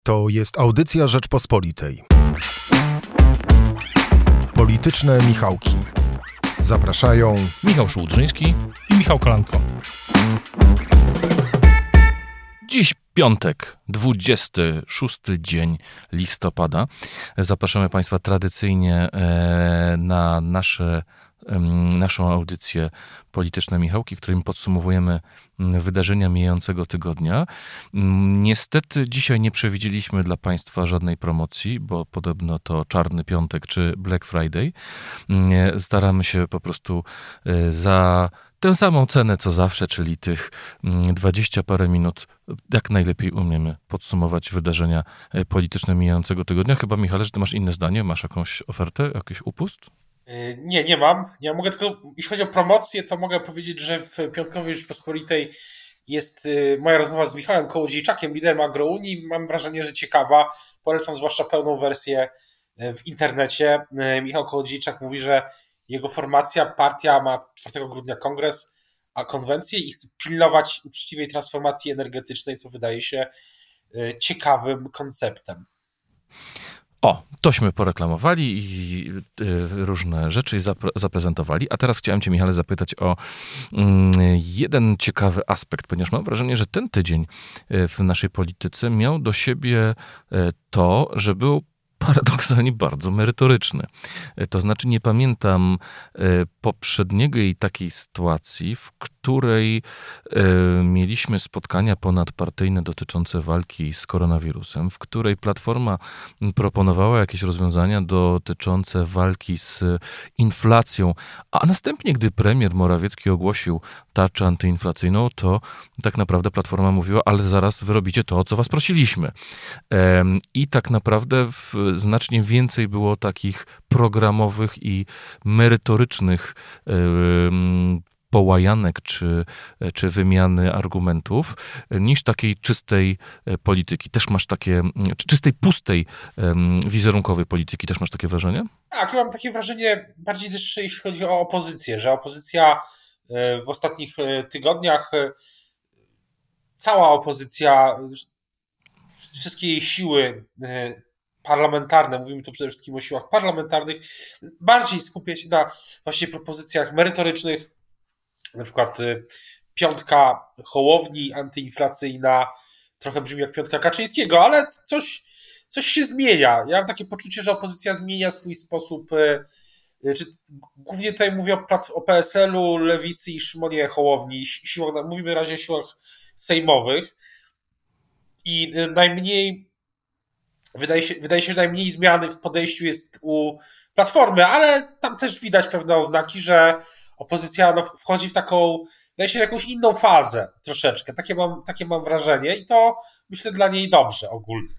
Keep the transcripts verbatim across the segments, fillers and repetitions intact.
To jest audycja Rzeczpospolitej. Polityczne Michałki. Zapraszają Michał Szułdrzyński i Michał Kolanko. Dziś piątek, dwudziesty szósty dzień listopada. Zapraszamy Państwa tradycyjnie na nasze, naszą audycję Polityczne Michałki, którym podsumowujemy wydarzenia mijającego tygodnia. Niestety dzisiaj nie przewidzieliśmy dla Państwa żadnej promocji, bo podobno to Czarny Piątek czy Black Friday. Staramy się po prostu za tę samą cenę co zawsze, czyli tych dwadzieścia parę minut, jak najlepiej umiemy podsumować wydarzenia polityczne mijającego tygodnia. Chyba, Michale, że ty masz inne zdanie, masz jakąś ofertę, jakiś upust? Nie, nie mam. Ja mogę tylko, jeśli chodzi o promocję, to mogę powiedzieć, że w Piątkowej Rzeczpospolitej jest moja rozmowa z Michałem Kołodziejczakiem, liderem Agrounii. Mam wrażenie, że ciekawa. Polecam zwłaszcza pełną wersję w internecie. Michał Kołodziejczak mówi, że jego formacja, partia ma czwartego grudnia kongres, a konwencję i chce pilnować uczciwej transformacji energetycznej, co wydaje się ciekawym konceptem. O, tośmy poreklamowali i y, różne rzeczy zapre- zaprezentowali, a teraz chciałem Cię, Michale, zapytać o y, jeden ciekawy aspekt, ponieważ mam wrażenie, że ten tydzień w naszej polityce miał do siebie to, że był paradoksalnie bardzo merytoryczny. To znaczy nie pamiętam poprzedniego i takiej sytuacji, w której mieliśmy spotkania ponadpartyjne dotyczące walki z koronawirusem, w której Platforma proponowała jakieś rozwiązania dotyczące walki z inflacją, a następnie, gdy premier Morawiecki ogłosił tarczę antyinflacyjną, to tak naprawdę Platforma mówiła, ale zaraz wy robicie to, o co was prosiliśmy. I tak naprawdę w znacznie więcej było takich programowych i merytorycznych połajanek czy, czy wymiany argumentów niż takiej czystej polityki. Też masz takie, czy czystej, pustej wizerunkowej polityki, też masz takie wrażenie? Tak, ja mam takie wrażenie bardziej też jeśli chodzi o opozycję, że opozycja w ostatnich tygodniach, cała opozycja, wszystkie jej siły parlamentarne, mówimy tu przede wszystkim o siłach parlamentarnych, bardziej skupia się na właśnie propozycjach merytorycznych, na przykład piątka Hołowni antyinflacyjna, trochę brzmi jak piątka Kaczyńskiego, ale coś, coś się zmienia. Ja mam takie poczucie, że opozycja zmienia swój sposób, czy głównie tutaj mówię o, o P S L-u, Lewicy i Szymonie Hołowni, siłach, mówimy na razie o siłach sejmowych i najmniej Wydaje się, wydaje się, że najmniej zmiany w podejściu jest u Platformy, ale tam też widać pewne oznaki, że opozycja no, wchodzi w taką, wydaje się, jakąś inną fazę troszeczkę. Takie mam, takie mam wrażenie i to myślę dla niej dobrze ogólnie.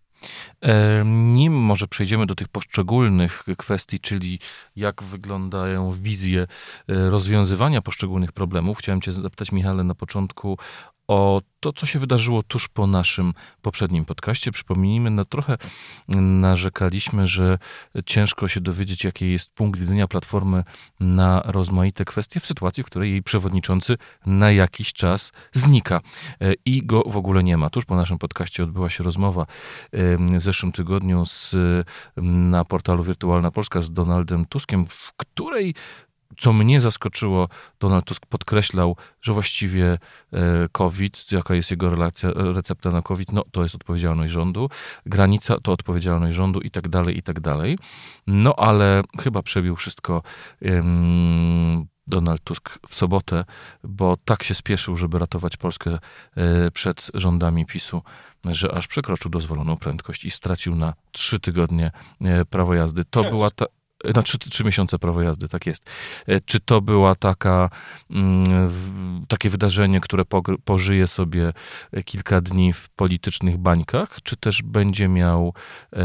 Nim może przejdziemy do tych poszczególnych kwestii, czyli jak wyglądają wizje rozwiązywania poszczególnych problemów, chciałem Cię zapytać, Michale, na początku o to, co się wydarzyło tuż po naszym poprzednim podcaście. Przypomnijmy, no trochę narzekaliśmy, że ciężko się dowiedzieć, jaki jest punkt widzenia Platformy na rozmaite kwestie w sytuacji, w której jej przewodniczący na jakiś czas znika i go w ogóle nie ma. Tuż po naszym podcaście odbyła się rozmowa w zeszłym tygodniu z, na portalu Wirtualna Polska z Donaldem Tuskiem, w której, co mnie zaskoczyło, Donald Tusk podkreślał, że właściwie COVID, jaka jest jego relacja, recepta na COVID, no to jest odpowiedzialność rządu, granica to odpowiedzialność rządu i tak dalej, i tak dalej. No ale chyba przebił wszystko um, Donald Tusk w sobotę, bo tak się spieszył, żeby ratować Polskę przed rządami PiSu, że aż przekroczył dozwoloną prędkość i stracił na trzy tygodnie prawo jazdy. To była ta... Na trzy, trzy miesiące prawo jazdy, tak jest. Czy to była taka, takie wydarzenie, które pożyje sobie kilka dni w politycznych bańkach, czy też będzie miał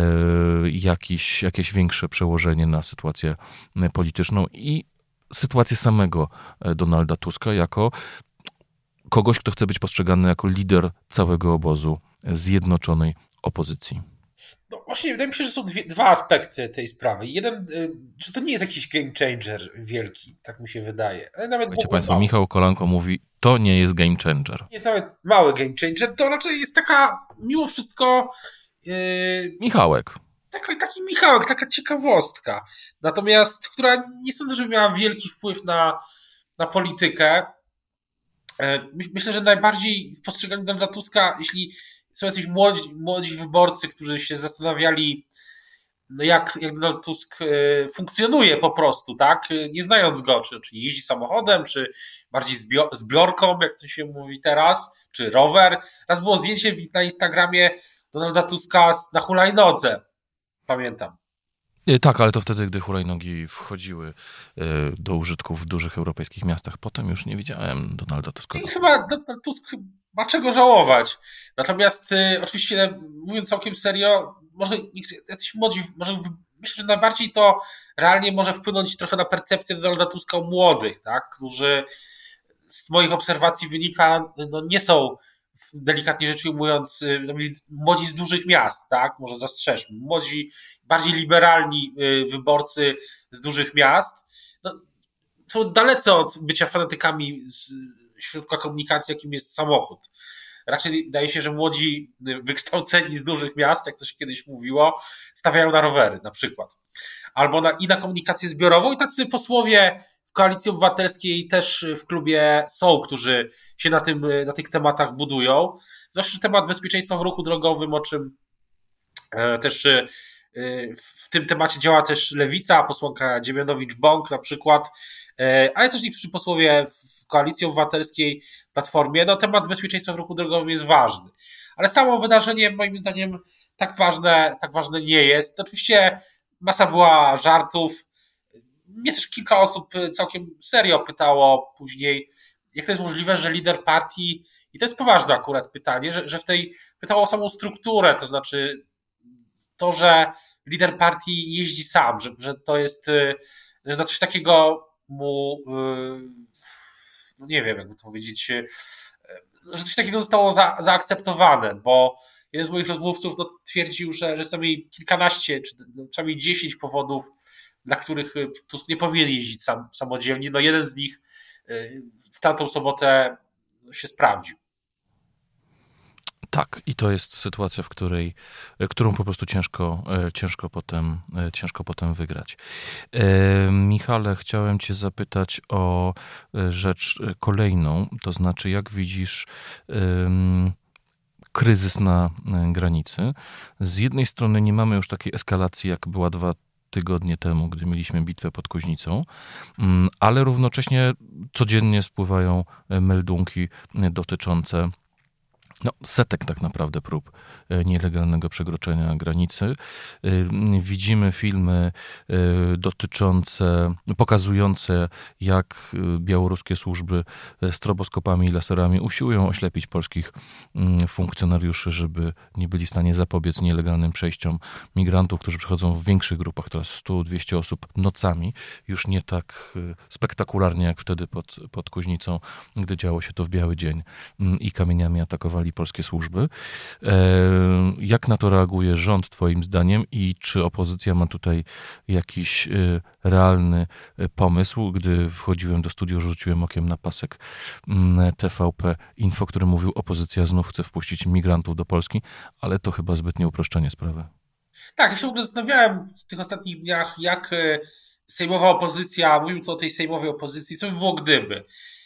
jakiś, jakieś większe przełożenie na sytuację polityczną i sytuację samego Donalda Tuska jako kogoś, kto chce być postrzegany jako lider całego obozu zjednoczonej opozycji? No właśnie, wydaje mi się, że są dwie, dwa aspekty tej sprawy. Jeden, że to nie jest jakiś game changer wielki, tak mi się wydaje. Ale nawet Wiecie Państwo, mały. Michał Kolanko mówi, to nie jest game changer. Nie jest nawet mały game changer, to raczej jest taka mimo wszystko Yy, Michałek. Taki, taki Michałek, taka ciekawostka. Natomiast, która nie sądzę, żeby miała wielki wpływ na, na politykę. Myślę, że najbardziej w postrzeganiu Donalda Tuska, jeśli są jacyś młodzi, młodzi wyborcy, którzy się zastanawiali, no jak, jak Donald Tusk funkcjonuje po prostu, tak? Nie znając go, czy, czy jeździ samochodem, czy bardziej zbiorką, jak to się mówi teraz, czy rower. Raz było zdjęcie na Instagramie Donalda Tuska na hulajnodze. Pamiętam. Tak, ale to wtedy, gdy hulajnogi wchodziły do użytku w dużych europejskich miastach. Potem już nie widziałem Donalda Tuska. I chyba Donald Tusk ma czego żałować. Natomiast y, oczywiście, mówiąc całkiem serio, może jacyś młodzi, może myślę, że najbardziej to realnie może wpłynąć trochę na percepcję Donalda Tuska u młodych, tak, którzy z moich obserwacji wynika, no nie są, delikatnie rzecz ujmując, młodzi z dużych miast, tak, może zastrzeżmy, młodzi, bardziej liberalni wyborcy z dużych miast, no, są dalece od bycia fanatykami z środka komunikacji, jakim jest samochód. Raczej wydaje się, że młodzi wykształceni z dużych miast, jak to się kiedyś mówiło, stawiają na rowery na przykład. Albo na, i na komunikację zbiorową, i tacy posłowie w Koalicji Obywatelskiej też w klubie są, którzy się na, tym, na tych tematach budują. Zwłaszcza temat bezpieczeństwa w ruchu drogowym, o czym też w tym temacie działa też Lewica, posłanka Dziemianowicz-Bąk na przykład, ale też niektórzy posłowie w Koalicji Obywatelskiej, Platformie. No, temat bezpieczeństwa w ruchu drogowym jest ważny. Ale samo wydarzenie moim zdaniem tak ważne, tak ważne nie jest. Oczywiście masa była żartów. Mnie też kilka osób całkiem serio pytało później, jak to jest możliwe, że lider partii, i to jest poważne akurat pytanie, że, że w tej pytało o samą strukturę, to znaczy to, że lider partii jeździ sam, że, że to jest, że na coś takiego mu, no nie wiem, jakby to powiedzieć, że coś takiego zostało za, zaakceptowane, bo jeden z moich rozmówców no, twierdził, że, że jest tam jej kilkanaście, czy przynajmniej dziesięć powodów, dla których Tusk nie powinien jeździć sam, samodzielnie. No jeden z nich w tamtą sobotę się sprawdził. Tak, i to jest sytuacja, w której, którą po prostu ciężko, ciężko, potem, ciężko potem wygrać. Michale, chciałem cię zapytać o rzecz kolejną, to znaczy jak widzisz um, kryzys na granicy. Z jednej strony nie mamy już takiej eskalacji, jak była dwa tygodnie temu, gdy mieliśmy bitwę pod Kuźnicą, ale równocześnie codziennie spływają meldunki dotyczące no, setek tak naprawdę prób nielegalnego przekroczenia granicy. Widzimy filmy dotyczące, pokazujące, jak białoruskie służby stroboskopami i laserami usiłują oślepić polskich funkcjonariuszy, żeby nie byli w stanie zapobiec nielegalnym przejściom migrantów, którzy przychodzą w większych grupach, teraz sto dwieście osób nocami, już nie tak spektakularnie jak wtedy pod, pod Kuźnicą, gdy działo się to w biały dzień i kamieniami atakowali polskie służby. Jak na to reaguje rząd twoim zdaniem i czy opozycja ma tutaj jakiś realny pomysł? Gdy wchodziłem do studia, rzuciłem okiem na pasek T V P Info, który mówił, opozycja znów chce wpuścić migrantów do Polski, ale to chyba zbytnie uproszczenie sprawy. Tak, ja się w ogóle zastanawiałem w tych ostatnich dniach, jak sejmowa opozycja, mówimy tu o tej sejmowej opozycji, co by było gdyby?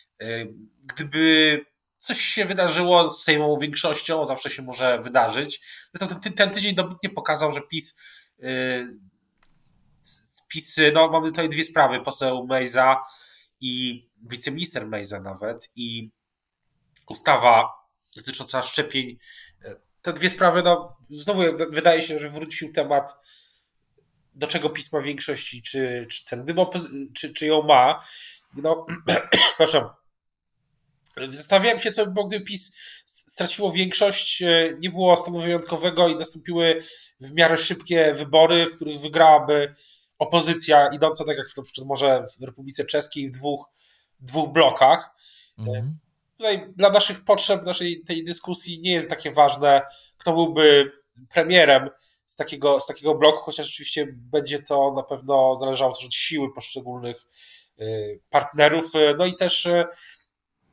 Gdyby coś się wydarzyło z sejmową większością, zawsze się może wydarzyć. Zresztą ten, ten tydzień dobitnie pokazał, że PiS, yy, PiS, no mamy tutaj dwie sprawy, poseł Mejza i wiceminister Mejza nawet i ustawa dotycząca szczepień. Te dwie sprawy, no znowu wydaje się, że wrócił temat, do czego PiS ma większość, czy, czy ten, gdyby opozy- czy, czy ją ma. No, przepraszam. Zastanawiałem się, co by było, gdyby PiS straciło większość, nie było stanu wyjątkowego i nastąpiły w miarę szybkie wybory, w których wygrałaby opozycja idąca tak jak na przykład może w Republice Czeskiej w dwóch, dwóch blokach. Mhm. Tutaj dla naszych potrzeb, naszej tej dyskusji nie jest takie ważne, kto byłby premierem z takiego, z takiego bloku, chociaż oczywiście będzie to na pewno zależało też od siły poszczególnych partnerów. No i też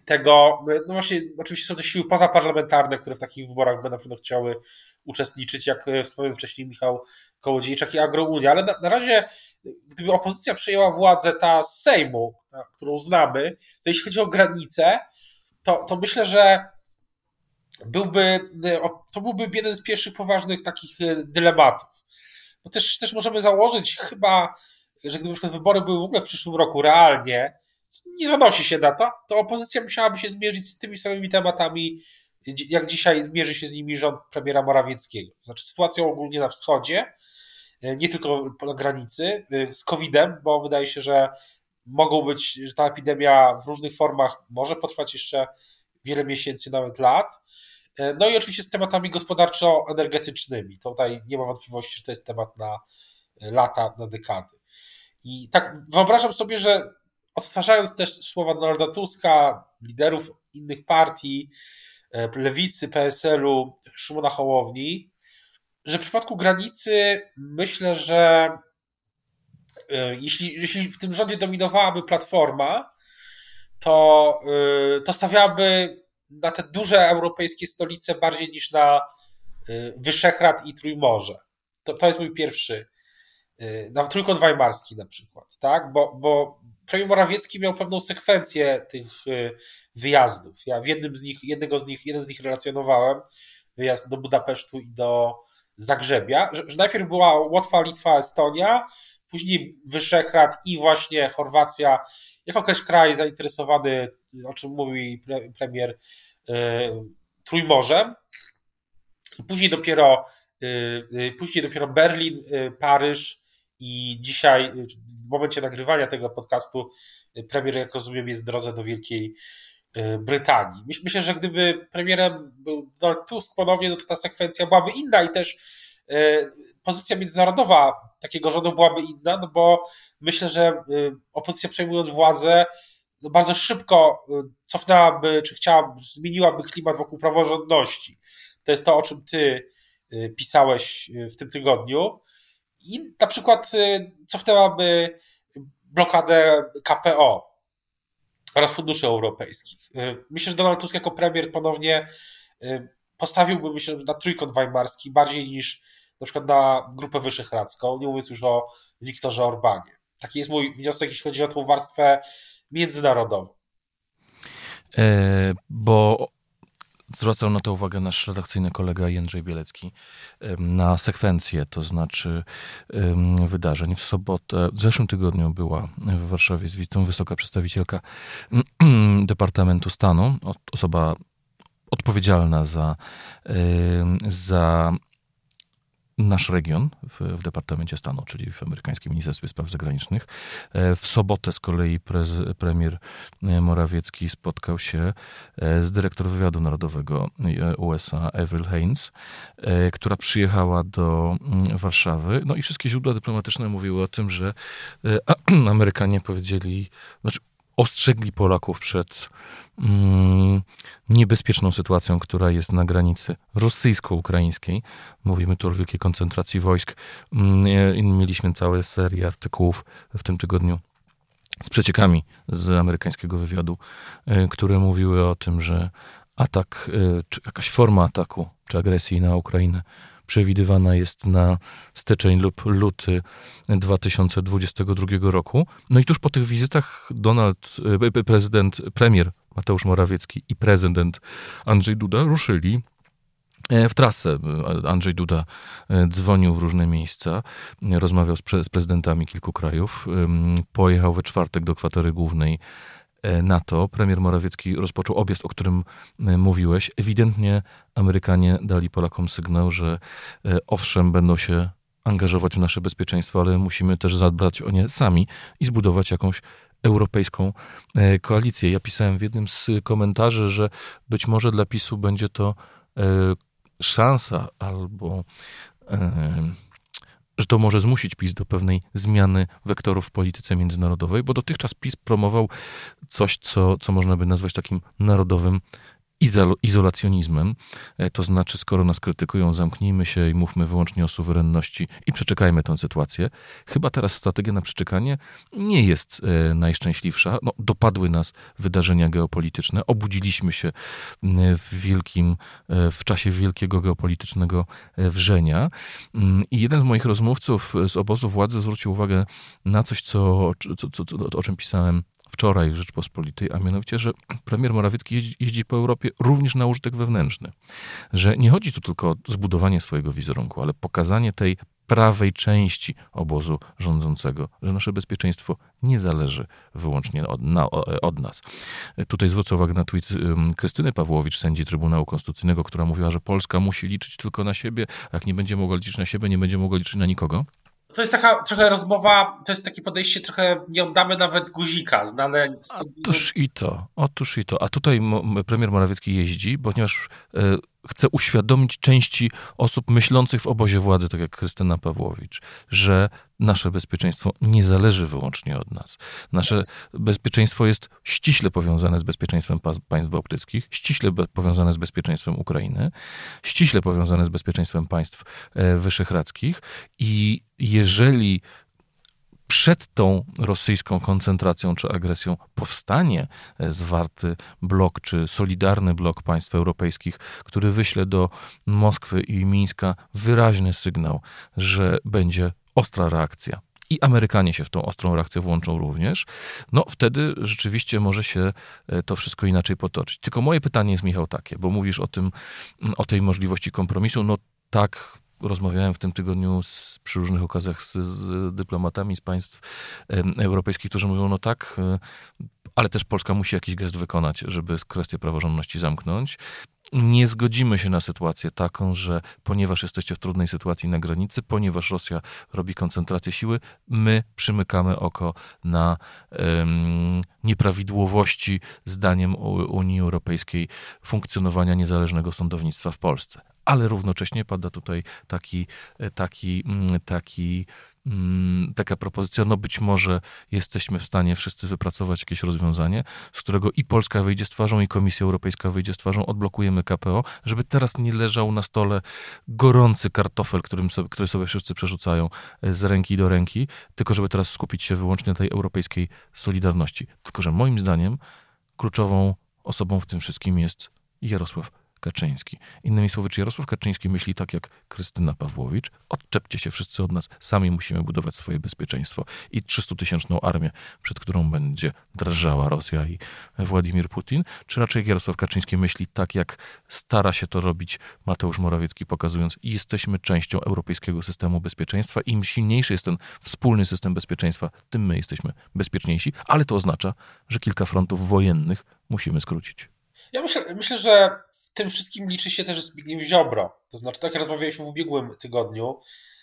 tego, no właśnie, oczywiście są te siły pozaparlamentarne, które w takich wyborach będą na pewno chciały uczestniczyć, jak wspomniał wcześniej Michał Kołodziejczak i Agrounia, ale na, na razie, gdyby opozycja przejęła władzę ta z Sejmu, ta, którą znamy, to jeśli chodzi o granice, to, to myślę, że byłby, to byłby jeden z pierwszych poważnych takich dylematów. Bo też, też możemy założyć chyba, że gdyby na przykład wybory były w ogóle w przyszłym roku realnie, nie zanosi się na to, to opozycja musiałaby się zmierzyć z tymi samymi tematami, jak dzisiaj zmierzy się z nimi rząd premiera Morawieckiego. Znaczy sytuacją ogólnie na wschodzie, nie tylko na granicy, z kowidem, bo wydaje się, że mogą być, że ta epidemia w różnych formach może potrwać jeszcze wiele miesięcy, nawet lat. No i oczywiście z tematami gospodarczo-energetycznymi. Tutaj nie ma wątpliwości, że to jest temat na lata, na dekady. I tak wyobrażam sobie, że odtwarzając też słowa Donalda Tuska, liderów innych partii, Lewicy, P S L-u, Szymona Hołowni, że w przypadku granicy myślę, że jeśli, jeśli w tym rządzie dominowałaby Platforma, to, to stawiałaby na te duże europejskie stolice bardziej niż na Wyszehrad i Trójmorze. To, to jest mój pierwszy, na Trójkąt Weimarski na przykład, tak? Bo, bo premier Morawiecki miał pewną sekwencję tych wyjazdów. Ja w jednym z nich, jednego z nich, jeden z nich relacjonowałem, wyjazd do Budapesztu i do Zagrzebia, że, że najpierw była Łotwa, Litwa, Estonia, później Wyszehrad i właśnie Chorwacja, jako jakiś kraj zainteresowany, o czym mówił pre, premier, y, Trójmorzem. Później dopiero, y, później dopiero Berlin, y, Paryż i dzisiaj, w momencie nagrywania tego podcastu, premier, jak rozumiem, jest w drodze do Wielkiej Brytanii. Myślę, że gdyby premierem był Donald Tusk ponownie, no to ta sekwencja byłaby inna i też pozycja międzynarodowa takiego rządu byłaby inna, no bo myślę, że opozycja przejmując władzę bardzo szybko cofnęłaby, czy chciała, zmieniłaby klimat wokół praworządności. To jest to, o czym ty pisałeś w tym tygodniu. I na przykład cofnęłaby blokadę K P O oraz funduszy europejskich. Myślę, że Donald Tusk jako premier ponownie postawiłby, myślę, na Trójkąt Weimarski bardziej niż na przykład na Grupę Wyszehradzką, nie mówiąc już o Viktorze Orbanie. Taki jest mój wniosek, jeśli chodzi o tą warstwę międzynarodową. E, bo zwracał na to uwagę nasz redakcyjny kolega Jędrzej Bielecki, na sekwencję, to znaczy wydarzeń. W sobotę, w zeszłym tygodniu była w Warszawie z wizytą wysoka przedstawicielka Departamentu Stanu, osoba odpowiedzialna za, za nasz region w, w Departamencie Stanu, czyli w amerykańskim Ministerstwie Spraw Zagranicznych. W sobotę z kolei prez, premier Morawiecki spotkał się z dyrektor wywiadu narodowego U S A, Avril Haines, która przyjechała do Warszawy. No i wszystkie źródła dyplomatyczne mówiły o tym, że Amerykanie powiedzieli, znaczy ostrzegli Polaków przed mm, niebezpieczną sytuacją, która jest na granicy rosyjsko-ukraińskiej. Mówimy tu o wielkiej koncentracji wojsk. Mm, mieliśmy całe serię artykułów w tym tygodniu z przeciekami z amerykańskiego wywiadu, y, które mówiły o tym, że atak, y, czy jakaś forma ataku, czy agresji na Ukrainę przewidywana jest na styczeń lub luty dwa tysiące dwudziestego drugiego roku. No i tuż po tych wizytach Donald, prezydent, premier Mateusz Morawiecki i prezydent Andrzej Duda ruszyli w trasę. Andrzej Duda dzwonił w różne miejsca, rozmawiał z, pre- z prezydentami kilku krajów, pojechał we czwartek do kwatery głównej NATO. Premier Morawiecki rozpoczął objazd, o którym mówiłeś. Ewidentnie Amerykanie dali Polakom sygnał, że owszem, będą się angażować w nasze bezpieczeństwo, ale musimy też zadbać o nie sami i zbudować jakąś europejską koalicję. Ja pisałem w jednym z komentarzy, że być może dla PiSu będzie to szansa albo że to może zmusić PiS do pewnej zmiany wektorów w polityce międzynarodowej, bo dotychczas PiS promował coś, co, co można by nazwać takim narodowym izolacjonizmem, to znaczy skoro nas krytykują, zamknijmy się i mówmy wyłącznie o suwerenności i przeczekajmy tę sytuację. Chyba teraz strategia na przeczekanie nie jest najszczęśliwsza. No, dopadły nas wydarzenia geopolityczne, obudziliśmy się w wielkim, w czasie wielkiego geopolitycznego wrzenia i jeden z moich rozmówców z obozu władzy zwrócił uwagę na coś, co, co, co, co, o czym pisałem wczoraj w Rzeczpospolitej, a mianowicie, że premier Morawiecki jeździ, jeździ po Europie również na użytek wewnętrzny. Że nie chodzi tu tylko o zbudowanie swojego wizerunku, ale pokazanie tej prawej części obozu rządzącego, że nasze bezpieczeństwo nie zależy wyłącznie od, na, od nas. Tutaj zwrócę uwagę na tweet Krystyny Pawłowicz, sędzi Trybunału Konstytucyjnego, która mówiła, że Polska musi liczyć tylko na siebie, a jak nie będzie mogła liczyć na siebie, nie będzie mogła liczyć na nikogo. To jest taka trochę rozmowa, to jest takie podejście trochę, nie oddamy nawet guzika, znane... Otóż i to, otóż i to. A tutaj premier Morawiecki jeździ, ponieważ chce uświadomić części osób myślących w obozie władzy, tak jak Krystyna Pawłowicz, że nasze bezpieczeństwo nie zależy wyłącznie od nas. Nasze bezpieczeństwo jest ściśle powiązane z bezpieczeństwem państw bałtyckich, ściśle powiązane z bezpieczeństwem Ukrainy, ściśle powiązane z bezpieczeństwem państw wyszehradzkich i jeżeli przed tą rosyjską koncentracją czy agresją powstanie zwarty blok czy solidarny blok państw europejskich, który wyśle do Moskwy i Mińska wyraźny sygnał, że będzie ostra reakcja. I Amerykanie się w tą ostrą reakcję włączą również, no wtedy rzeczywiście może się to wszystko inaczej potoczyć. Tylko moje pytanie jest, Michał, takie, bo mówisz o tym, o tej możliwości kompromisu, no tak. Rozmawiałem w tym tygodniu z, przy różnych okazjach z, z dyplomatami z państw europejskich, którzy mówią, no tak, ale też Polska musi jakiś gest wykonać, żeby kwestię praworządności zamknąć. Nie zgodzimy się na sytuację taką, że ponieważ jesteście w trudnej sytuacji na granicy, ponieważ Rosja robi koncentrację siły, my przymykamy oko na um, nieprawidłowości, zdaniem Unii Europejskiej, funkcjonowania niezależnego sądownictwa w Polsce. Ale równocześnie pada tutaj taki, taki, taki, taka propozycja, no być może jesteśmy w stanie wszyscy wypracować jakieś rozwiązanie, z którego i Polska wyjdzie z twarzą, i Komisja Europejska wyjdzie z twarzą, odblokujemy K P O, żeby teraz nie leżał na stole gorący kartofel, którym sobie, który sobie wszyscy przerzucają z ręki do ręki, tylko żeby teraz skupić się wyłącznie na tej europejskiej solidarności. Tylko że moim zdaniem kluczową osobą w tym wszystkim jest Jarosław Kaczyński. Innymi słowy, czy Jarosław Kaczyński myśli tak jak Krystyna Pawłowicz? Odczepcie się wszyscy od nas, sami musimy budować swoje bezpieczeństwo i trzystutysięczną armię, przed którą będzie drżała Rosja i Władimir Putin? Czy raczej Jarosław Kaczyński myśli tak, jak stara się to robić Mateusz Morawiecki, pokazując, jesteśmy częścią europejskiego systemu bezpieczeństwa, im silniejszy jest ten wspólny system bezpieczeństwa, tym my jesteśmy bezpieczniejsi, ale to oznacza, że kilka frontów wojennych musimy skrócić. Ja myślę, myślę, że w tym wszystkim liczy się też Zbigniew Ziobro. To znaczy, tak jak rozmawialiśmy w ubiegłym tygodniu,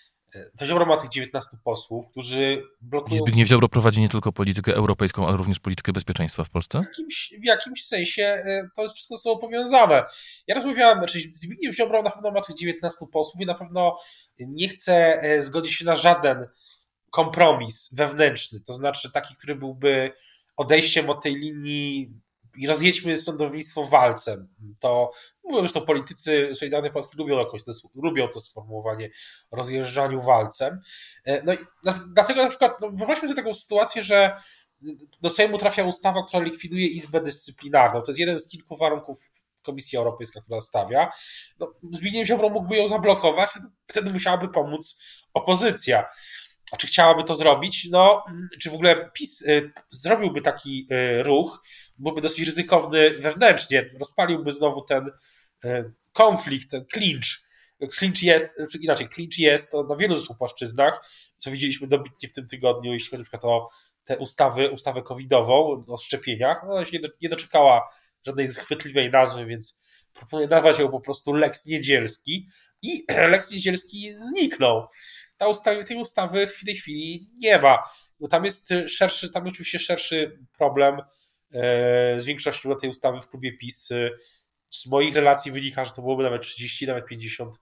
to Ziobro ma tych dziewiętnastu posłów, którzy blokują... Zbigniew Ziobro prowadzi nie tylko politykę europejską, ale również politykę bezpieczeństwa w Polsce? W jakimś, w jakimś sensie to jest wszystko ze sobą powiązane. Ja rozmawiałem, znaczy Zbigniew Ziobro na pewno ma tych dziewiętnastu posłów i na pewno nie chce zgodzić się na żaden kompromis wewnętrzny, to znaczy taki, który byłby odejściem od tej linii i rozjedźmy sądownictwo walcem. To mówią, że to politycy Solidarnej Polski lubią jakoś to, lubią to sformułowanie o rozjeżdżaniu walcem. No i dlatego na przykład no, wyobraźmy sobie taką sytuację, że do Sejmu trafia ustawa, która likwiduje Izbę Dyscyplinarną. To jest jeden z kilku warunków Komisji Europejska, która stawia. No, Zbigniew Ziobro mógłby ją zablokować, wtedy musiałaby pomóc opozycja. A czy chciałaby to zrobić? No, czy w ogóle PiS y, zrobiłby taki y, ruch, byłby dosyć ryzykowny wewnętrznie, rozpaliłby znowu ten y, konflikt, ten clinch. Clinch jest, inaczej, clinch jest to na wielu zresztą płaszczyznach, co widzieliśmy dobitnie w tym tygodniu, jeśli chodzi na przykład o tę ustawy, ustawę covidową, o szczepieniach. No, ona się nie, do, nie doczekała żadnej schwytliwej nazwy, więc proponuję nazwać ją po prostu Lex Niedzielski i Lex Niedzielski zniknął. Ta ustawa, tej ustawy w tej chwili nie ma. No tam jest szerszy, tam oczywiście szerszy problem z większością na tej ustawy w klubie PiS. Z moich relacji wynika, że to byłoby nawet trzydzieści, nawet pięćdziesiąt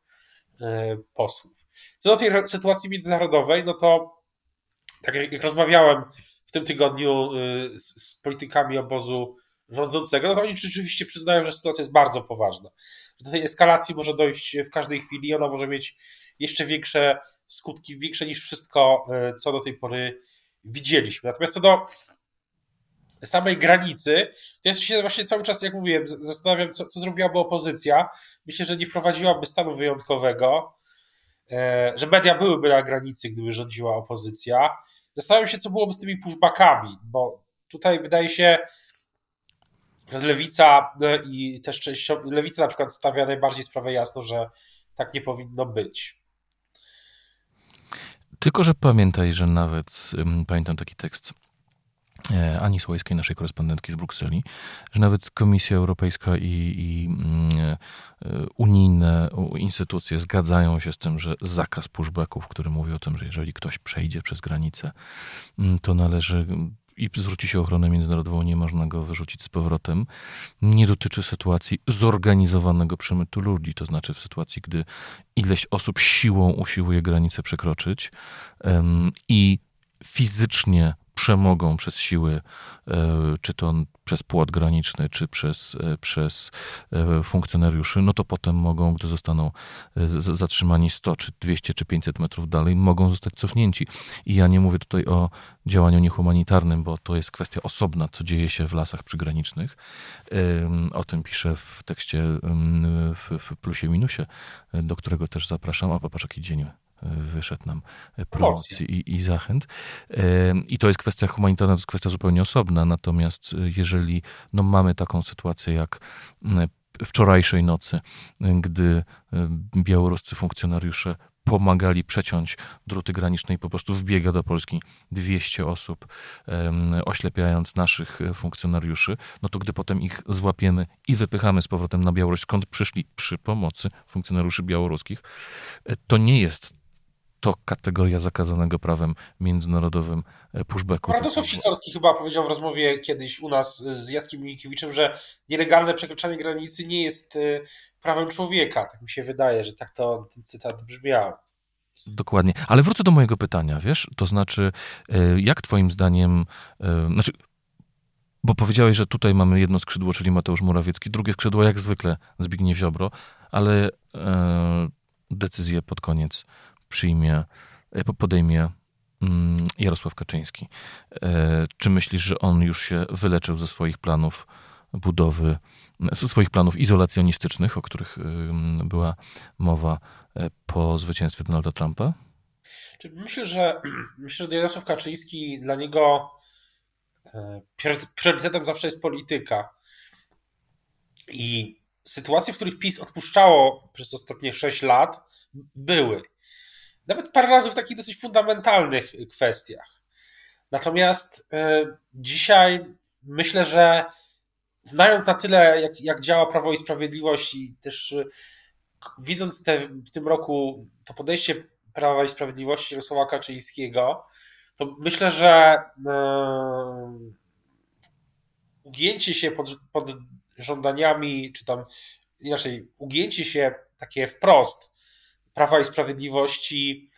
posłów. Co do tej sytuacji międzynarodowej, no to tak jak rozmawiałem w tym tygodniu z politykami obozu rządzącego, no to oni rzeczywiście przyznają, że sytuacja jest bardzo poważna. Że do tej eskalacji może dojść w każdej chwili i ona może mieć jeszcze większe skutki, większe niż wszystko, co do tej pory widzieliśmy. Natomiast co do samej granicy, to ja się właśnie cały czas, jak mówiłem, zastanawiam, co, co zrobiłaby opozycja. Myślę, że nie wprowadziłaby stanu wyjątkowego, że media byłyby na granicy, gdyby rządziła opozycja. Zastanawiam się, co byłoby z tymi pushbackami, bo tutaj wydaje się, że lewica i też częściowo, lewica na przykład stawia najbardziej sprawę jasno, że tak nie powinno być. Tylko że pamiętaj, że nawet, pamiętam taki tekst Ani Słojskiej, naszej korespondentki z Brukseli, że nawet Komisja Europejska i, i unijne instytucje zgadzają się z tym, że zakaz pushbacków, który mówi o tym, że jeżeli ktoś przejdzie przez granicę, to należy i zwróci się ochronę międzynarodową, nie można go wyrzucić z powrotem, nie dotyczy sytuacji zorganizowanego przemytu ludzi, to znaczy w sytuacji, gdy ileś osób siłą usiłuje granicę przekroczyć um, i fizycznie przemogą przez siły, czy to przez płot graniczny, czy przez, przez funkcjonariuszy, no to potem mogą, gdy zostaną zatrzymani sto, czy dwieście, czy pięćset metrów dalej, mogą zostać cofnięci. I ja nie mówię tutaj o działaniu niehumanitarnym, bo to jest kwestia osobna, co dzieje się w lasach przygranicznych. O tym piszę w tekście w, w Plusie Minusie, do którego też zapraszam. A popatrz, jaki dzień wyszedł nam promocji i, i zachęt. I to jest kwestia humanitarna, to jest kwestia zupełnie osobna, natomiast jeżeli no, mamy taką sytuację jak wczorajszej nocy, gdy białoruscy funkcjonariusze pomagali przeciąć druty graniczne i po prostu wbiega do Polski dwieście osób, oślepiając naszych funkcjonariuszy, no to gdy potem ich złapiemy i wypychamy z powrotem na Białoruś, skąd przyszli przy pomocy funkcjonariuszy białoruskich, to nie jest to kategoria zakazanego prawem międzynarodowym pushbacku. Radosław Sikorski chyba powiedział w rozmowie kiedyś u nas z Jackiem Milikiewiczem, że nielegalne przekraczanie granicy nie jest prawem człowieka. Tak mi się wydaje, że tak to ten cytat brzmiał. Dokładnie. Ale wrócę do mojego pytania, wiesz? To znaczy, jak twoim zdaniem, znaczy, bo powiedziałeś, że tutaj mamy jedno skrzydło, czyli Mateusz Morawiecki, drugie skrzydło jak zwykle Zbigniew Ziobro, ale decyzję pod koniec przyjmie, podejmie Jarosław Kaczyński. Czy myślisz, że on już się wyleczył ze swoich planów budowy, ze swoich planów izolacjonistycznych, o których była mowa po zwycięstwie Donalda Trumpa? Myślę, że myślę, że Jarosław Kaczyński, dla niego priorytetem zawsze jest polityka. I sytuacje, w których PiS odpuszczało przez ostatnie sześć lat, były. Nawet parę razy w takich dosyć fundamentalnych kwestiach. Natomiast y, dzisiaj myślę, że znając na tyle, jak, jak działa Prawo i Sprawiedliwość i też y, widząc te, w tym roku to podejście Prawa i Sprawiedliwości Jarosława Kaczyńskiego, to myślę, że y, ugięcie się pod, pod żądaniami, czy tam inaczej, ugięcie się takie wprost Prawa i Sprawiedliwości,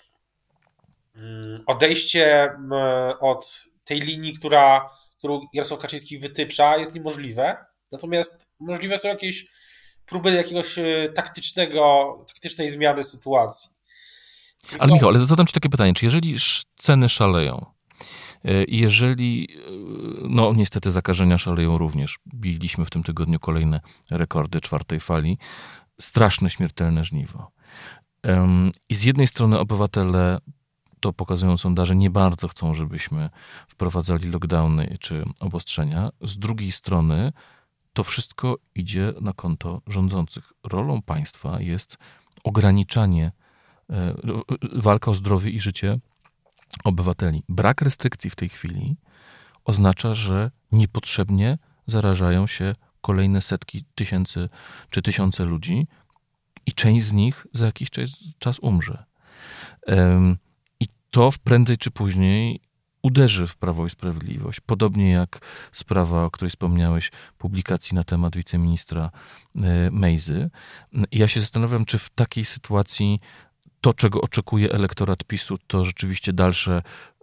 odejście od tej linii, która, którą Jarosław Kaczyński wytycza, jest niemożliwe. Natomiast możliwe są jakieś próby jakiegoś taktycznego, taktycznej zmiany sytuacji. Tylko... Ale Michał, ale zadam ci takie pytanie, czy jeżeli ceny szaleją, jeżeli, no niestety zakażenia szaleją również, biliśmy w tym tygodniu kolejne rekordy czwartej fali, straszne, śmiertelne żniwo. I z jednej strony obywatele, to pokazują sondaże, nie bardzo chcą, żebyśmy wprowadzali lockdowny czy obostrzenia. Z drugiej strony to wszystko idzie na konto rządzących. Rolą państwa jest ograniczanie, walka o zdrowie i życie obywateli. Brak restrykcji w tej chwili oznacza, że niepotrzebnie zarażają się kolejne setki tysięcy czy tysiące ludzi i część z nich za jakiś czas, czas umrze. I to prędzej czy później uderzy w Prawo i Sprawiedliwość. Podobnie jak sprawa, o której wspomniałeś, publikacji na temat wiceministra Mejzy. Ja się zastanawiam, czy w takiej sytuacji to, czego oczekuje elektorat PiSu, to rzeczywiście dalsze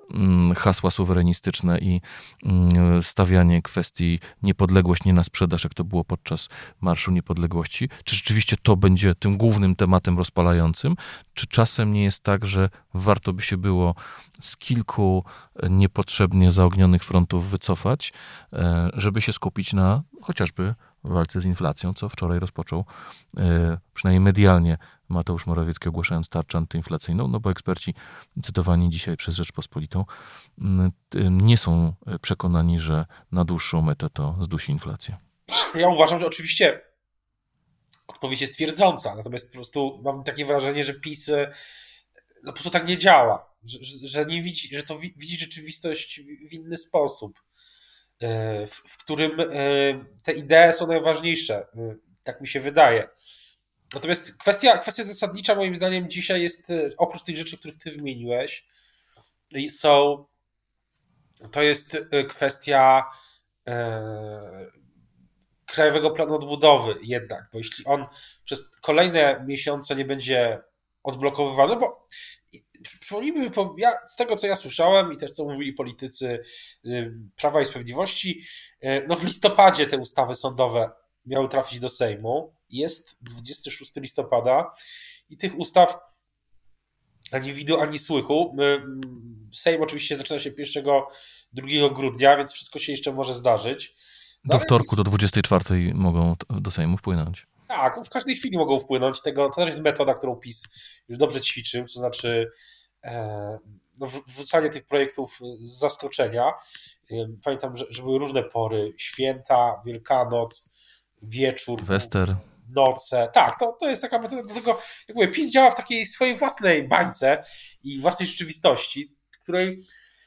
hasła suwerenistyczne i stawianie kwestii niepodległość nie na sprzedaż, jak to było podczas Marszu Niepodległości? Czy rzeczywiście to będzie tym głównym tematem rozpalającym? Czy czasem nie jest tak, że warto by się było z kilku niepotrzebnie zaognionych frontów wycofać, żeby się skupić na chociażby walce z inflacją, co wczoraj rozpoczął przynajmniej medialnie Mateusz Morawiecki, ogłaszając tarczę antyinflacyjną, no bo eksperci cytowani dzisiaj przez Rzeczpospolitą nie są przekonani, że na dłuższą metę to zdusi inflację. Ja uważam, że oczywiście odpowiedź jest twierdząca, natomiast po prostu mam takie wrażenie, że PiS no, po prostu tak nie działa, że, że, nie widzi, że to widzi rzeczywistość w inny sposób, w, w którym te idee są najważniejsze, tak mi się wydaje. Natomiast kwestia, kwestia zasadnicza moim zdaniem dzisiaj jest, oprócz tych rzeczy, których ty wymieniłeś, są, to jest kwestia e, Krajowego Planu Odbudowy jednak, bo jeśli on przez kolejne miesiące nie będzie odblokowywany, bo przypomnijmy, ja, z tego co ja słyszałem i też co mówili politycy Prawa i Sprawiedliwości, no w listopadzie te ustawy sądowe miały trafić do Sejmu. Jest dwudziestego szóstego listopada i tych ustaw ani widu, ani słychu. Sejm oczywiście zaczyna się pierwszego, drugiego grudnia, więc wszystko się jeszcze może zdarzyć. No do wtorku, do dwudziestej czwartej mogą do Sejmu wpłynąć. Tak, no w każdej chwili mogą wpłynąć. Tego, to też jest metoda, którą PiS już dobrze ćwiczył, to znaczy e, no, wrzucanie tych projektów z zaskoczenia. Pamiętam, że, że były różne pory. Święta, Wielkanoc, wieczór. Sylwester. Noce. Tak, to, to jest taka metoda. Dlatego, jak mówię, PiS działa w takiej swojej własnej bańce i własnej rzeczywistości, w której,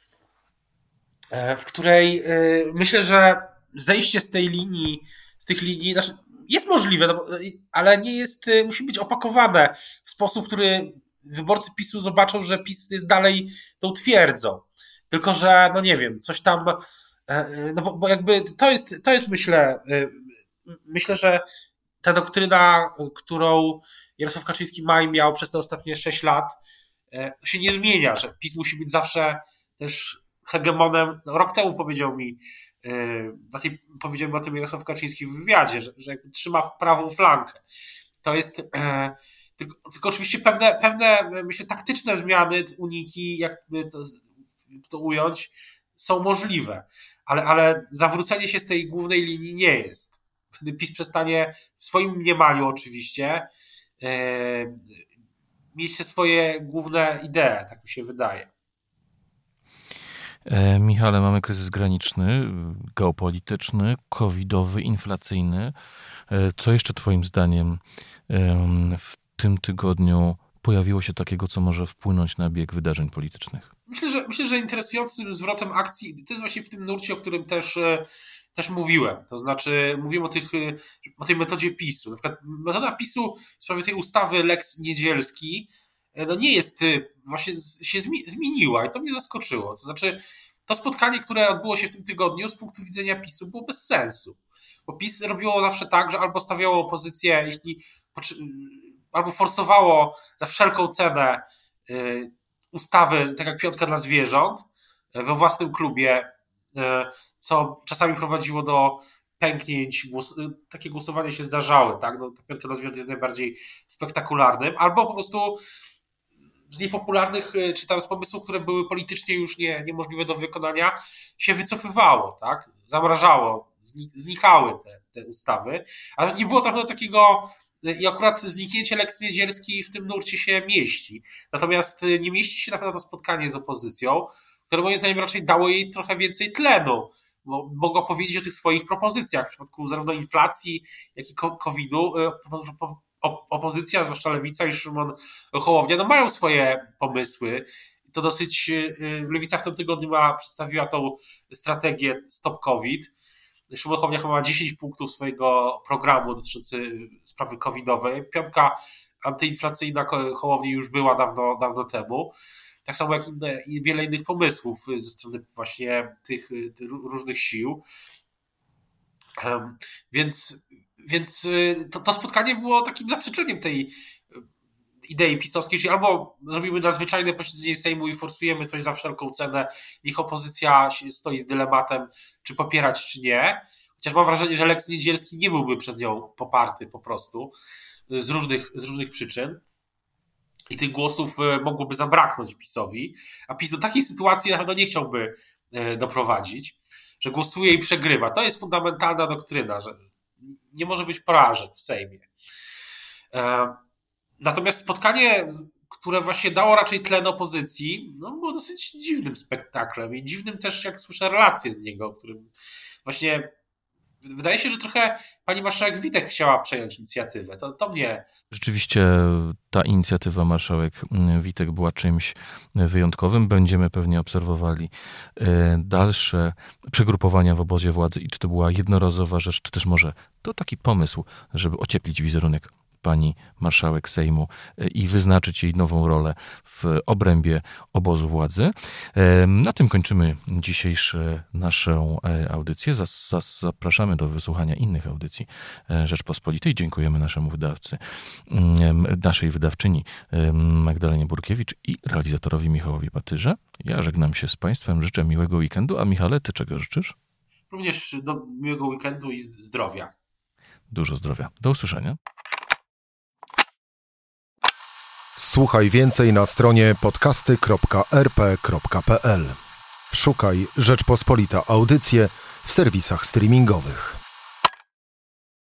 w której myślę, że zejście z tej linii, z tych linii, znaczy jest możliwe, no bo, ale nie jest, musi być opakowane w sposób, który wyborcy PiSu zobaczą, że PiS jest dalej tą twierdzą. Tylko, że, no nie wiem, coś tam, no bo, bo jakby to jest, to jest myślę, myślę, że ta doktryna, którą Jarosław Kaczyński ma i miał przez te ostatnie sześć lat, się nie zmienia, że PiS musi być zawsze też hegemonem. No, rok temu powiedział mi, na tej, powiedział mi o tym Jarosław Kaczyński w wywiadzie, że, że trzyma prawą flankę. To jest e, tylko, tylko oczywiście pewne, pewne, myślę, taktyczne zmiany, uniki, jakby to, to ująć, są możliwe, ale, ale zawrócenie się z tej głównej linii nie jest. Wtedy PiS przestanie w swoim mniemaniu oczywiście e, mieć te swoje główne idee, tak mi się wydaje. E, Michale, mamy kryzys graniczny, geopolityczny, covidowy, inflacyjny. E, co jeszcze twoim zdaniem e, w tym tygodniu pojawiło się takiego, co może wpłynąć na bieg wydarzeń politycznych? Myślę, że, myślę, że interesującym zwrotem akcji to jest właśnie w tym nurcie, o którym też też mówiłem, to znaczy mówiłem o, tych, o tej metodzie PiSu. Na przykład metoda PiSu w sprawie tej ustawy Lex Niedzielski no nie jest, właśnie się zmieniła i to mnie zaskoczyło. To znaczy to spotkanie, które odbyło się w tym tygodniu z punktu widzenia PiSu było bez sensu, bo PiS robiło zawsze tak, że albo stawiało opozycję, jeśli albo forsowało za wszelką cenę ustawy, tak jak piątka dla zwierząt we własnym klubie, co czasami prowadziło do pęknięć, głos, takie głosowania się zdarzały, tak? No, ta piątka dla zwierząt jest najbardziej spektakularnym, albo po prostu z niepopularnych, czy tam z pomysłów, które były politycznie już nie, niemożliwe do wykonania, się wycofywało, tak? Zamrażało, znikały te, te ustawy, ale nie było tam takiego, i akurat zniknięcie Lex Niedzielski w tym nurcie się mieści. Natomiast nie mieści się na pewno to spotkanie z opozycją, które moim zdaniem raczej dało jej trochę więcej tlenu, bo mogła powiedzieć o tych swoich propozycjach w przypadku zarówno inflacji, jak i kowida. Opozycja, zwłaszcza Lewica i Szymon Hołownia, no mają swoje pomysły. To dosyć, Lewica w tym tygodniu ma, przedstawiła tą strategię Stop COVID. Szymon Hołownia chyba ma dziesięć punktów swojego programu dotyczący sprawy covidowej. Piątka antyinflacyjna Hołowni już była dawno, dawno temu. Tak samo jak inne, i wiele innych pomysłów ze strony właśnie tych, tych różnych sił. Um, więc więc to, to spotkanie było takim zaprzeczeniem tej idei pisowskiej, czyli albo robimy nadzwyczajne posiedzenie Sejmu i forsujemy coś za wszelką cenę, niech opozycja stoi z dylematem, czy popierać, czy nie. Chociaż mam wrażenie, że Lex Niedzielski nie byłby przez nią poparty po prostu z różnych, z różnych przyczyn. I tych głosów mogłoby zabraknąć PiS-owi, a PiS do takiej sytuacji na pewno nie chciałby doprowadzić, że głosuje i przegrywa. To jest fundamentalna doktryna, że nie może być porażek w Sejmie. Natomiast spotkanie, które właśnie dało raczej tlen opozycji, no było dosyć dziwnym spektaklem i dziwnym też, jak słyszę, relacje z niego, którym właśnie wydaje się, że trochę pani marszałek Witek chciała przejąć inicjatywę. To, to mnie... Rzeczywiście ta inicjatywa marszałek Witek była czymś wyjątkowym. Będziemy pewnie obserwowali dalsze przegrupowania w obozie władzy i czy to była jednorazowa rzecz, czy też może to taki pomysł, żeby ocieplić wizerunek pani marszałek Sejmu i wyznaczyć jej nową rolę w obrębie obozu władzy. Na tym kończymy dzisiejszą naszą audycję. Zapraszamy do wysłuchania innych audycji Rzeczpospolitej. Dziękujemy naszemu wydawcy, naszej wydawczyni Magdalenie Burkiewicz i realizatorowi Michałowi Patyrze. Ja żegnam się z Państwem, życzę miłego weekendu, a Michale, Ty czego życzysz? Również do miłego weekendu i zdrowia. Dużo zdrowia. Do usłyszenia. Słuchaj więcej na stronie podcasty kropka er pe kropka pe el. Szukaj Rzeczpospolita Audycje w serwisach streamingowych.